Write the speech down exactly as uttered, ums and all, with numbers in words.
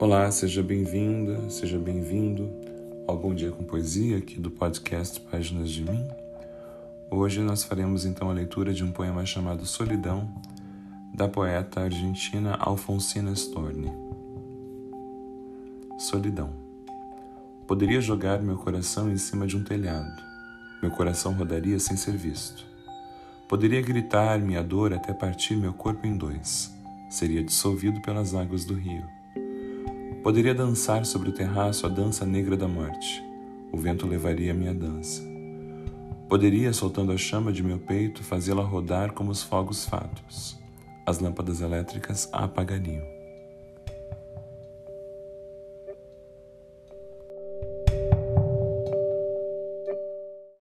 Olá, seja bem-vinda, seja bem-vindo ao Bom Dia com Poesia aqui do podcast Páginas de Mim. Hoje nós faremos então a leitura de um poema chamado Solidão, da poeta argentina Alfonsina Storni. Solidão. Poderia jogar meu coração em cima de um telhado. Meu coração rodaria sem ser visto. Poderia gritar minha dor até partir meu corpo em dois. Seria dissolvido pelas águas do rio. Poderia dançar sobre o terraço a dança negra da morte. O vento levaria minha dança. Poderia, soltando a chama de meu peito, fazê-la rodar como os fogos fatos. As lâmpadas elétricas a apagariam.